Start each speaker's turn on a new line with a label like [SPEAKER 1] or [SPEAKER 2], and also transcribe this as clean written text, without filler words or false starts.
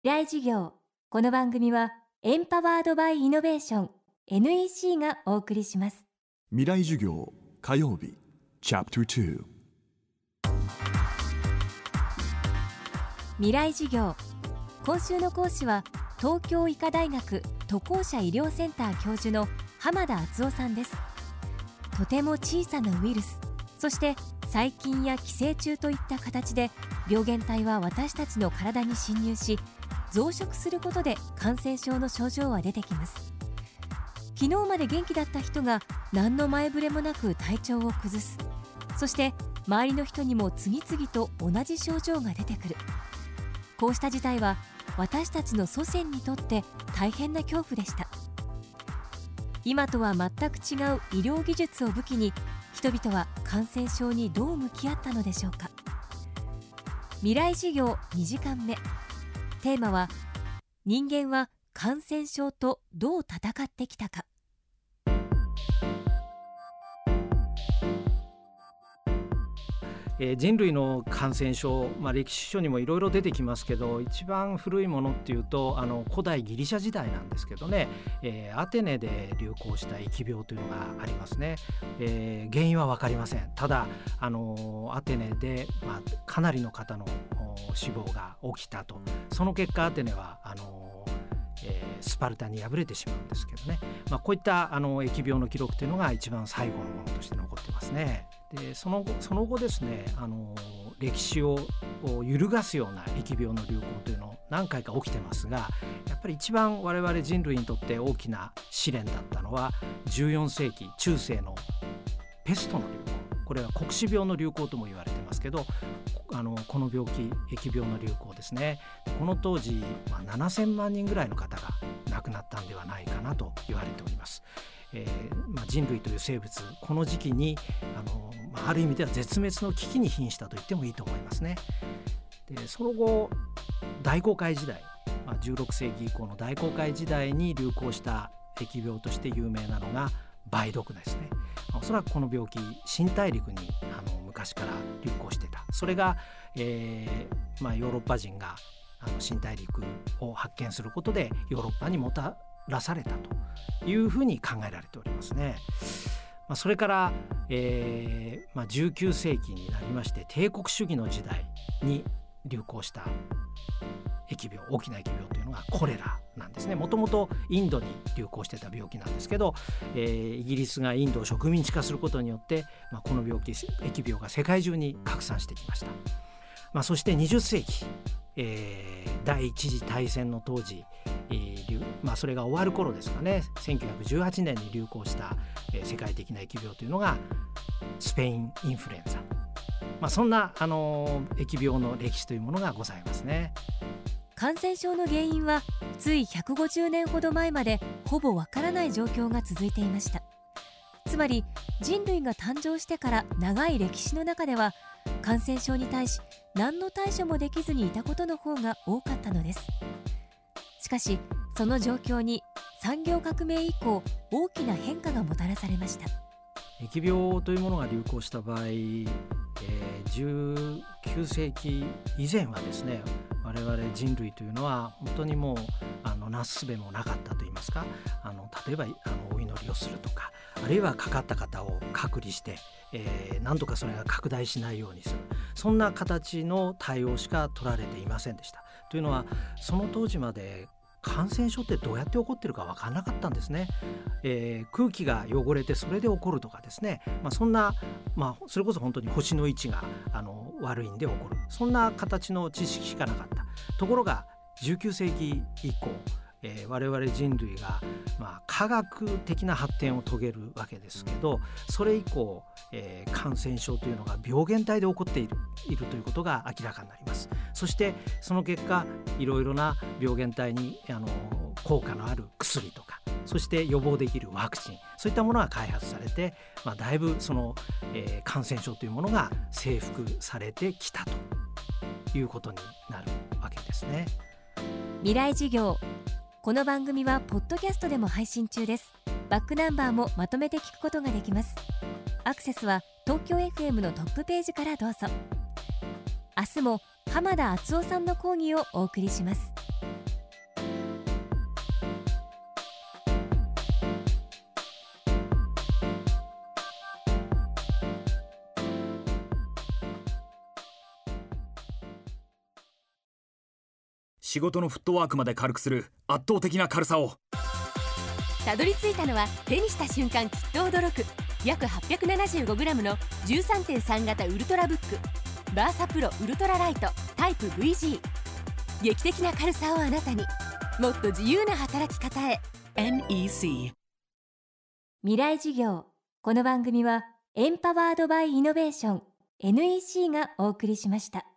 [SPEAKER 1] 未来授業。この番組はエンパワードバイイノベーション NEC がお送りします。
[SPEAKER 2] 未来授業火曜日チャプター2。
[SPEAKER 1] 未来授業。今週の講師は東京医科大学渡航者医療センター教授の浜田敦夫さんです。とても小さなウイルス、そして細菌や寄生虫といった形で病原体は私たちの体に侵入し、増殖することで感染症の症状は出てきます。昨日まで元気だった人が何の前触れもなく体調を崩す。そして周りの人にも次々と同じ症状が出てくる。こうした事態は私たちの祖先にとって大変な恐怖でした。今とは全く違う医療技術を武器に、人々は感染症にどう向き合ったのでしょうか。未来授業2時間目。テーマは、人間は感染症とどう戦ってきたか。
[SPEAKER 3] 人類の感染症、歴史書にもいろいろ出てきますけど、一番古いものっていうと古代ギリシャ時代なんですけどね、アテネで流行した疫病というのがありますね。原因は分かりません。ただアテネで、かなりの方の死亡が起きたと。その結果アテネはスパルタに敗れてしまうんですけどね、こういった疫病の記録というのが一番最後のものとして残ってますね。でその後ですね、歴史を揺るがすような疫病の流行というの何回か起きてますが、やっぱり一番我々人類にとって大きな試練だったのは14世紀中世のペストの流行。これは黒死病の流行とも言われてますけど、この病気、疫病の流行ですね。この当時、7000万人ぐらいの方が亡くなったんではないかなと言われております。人類という生物、この時期にある意味では絶滅の危機に瀕したと言ってもいいと思いますね。でその後、大航海時代、16世紀以降の大航海時代に流行した疫病として有名なのが梅毒ですね。おそらくこの病気、新大陸に昔から流行してた。それが、ヨーロッパ人が新大陸を発見することでヨーロッパにもたらされたというふうに考えられておりますね。それから、19世紀になりまして、帝国主義の時代に流行した疫病、大きな疫病というのがコレラなんですね。もともとインドに流行してた病気なんですけど、イギリスがインドを植民地化することによって、この病気、疫病が世界中に拡散してきました。そして20世紀、第一次大戦の当時、それが終わる頃ですかね、1918年に流行した、世界的な疫病というのがスペインインフルエンザ。そんな疫病の歴史というものがございますね。
[SPEAKER 1] 感染症の原因はつい150年ほど前までほぼわからない状況が続いていました。つまり人類が誕生してから長い歴史の中では、感染症に対し何の対処もできずにいたことの方が多かったのです。しかしその状況に産業革命以降、大きな変化がもたらされました。
[SPEAKER 3] 疫病というものが流行した場合、19世紀以前はですね、我々人類というのは本当にもうなすすべもなかったといいますか、例えばお祈りをするとか、あるいはかかった方を隔離して、なんとかそれが拡大しないようにする、そんな形の対応しか取られていませんでした。というのは、その当時まで感染症ってどうやって起こってるか分からなかったんですね。空気が汚れてそれで起こるとかですね、そんな、それこそ本当に星の位置が悪いんで起こる、そんな形の知識しかなかった。ところが19世紀以降、我々人類が、科学的な発展を遂げるわけですけど、それ以降、感染症というのが病原体で起こっているということが明らかになります。そしてその結果、いろいろな病原体に効果のある薬とか、そして予防できるワクチン、そういったものが開発されて、だいぶその、感染症というものが征服されてきたということになるわけですね。
[SPEAKER 1] 未来授業。この番組はポッドキャストでも配信中です。バックナンバーもまとめて聞くことができます。アクセスは東京 FM のトップページからどうぞ。明日も浜田敦夫さんの講義をお送りします。
[SPEAKER 4] 仕事のフットワークまで軽くする圧倒的な軽さを。
[SPEAKER 5] たどり着いたのは手にした瞬間きっと驚く約 875g の 13.3 型ウルトラブックバーサプロウルトラライトタイプ VG。 劇的な軽さをあなたに。もっと自由な働き方へ。 NEC。
[SPEAKER 1] 未来事業。この番組はエンパワードバイイノベーション NEC がお送りしました。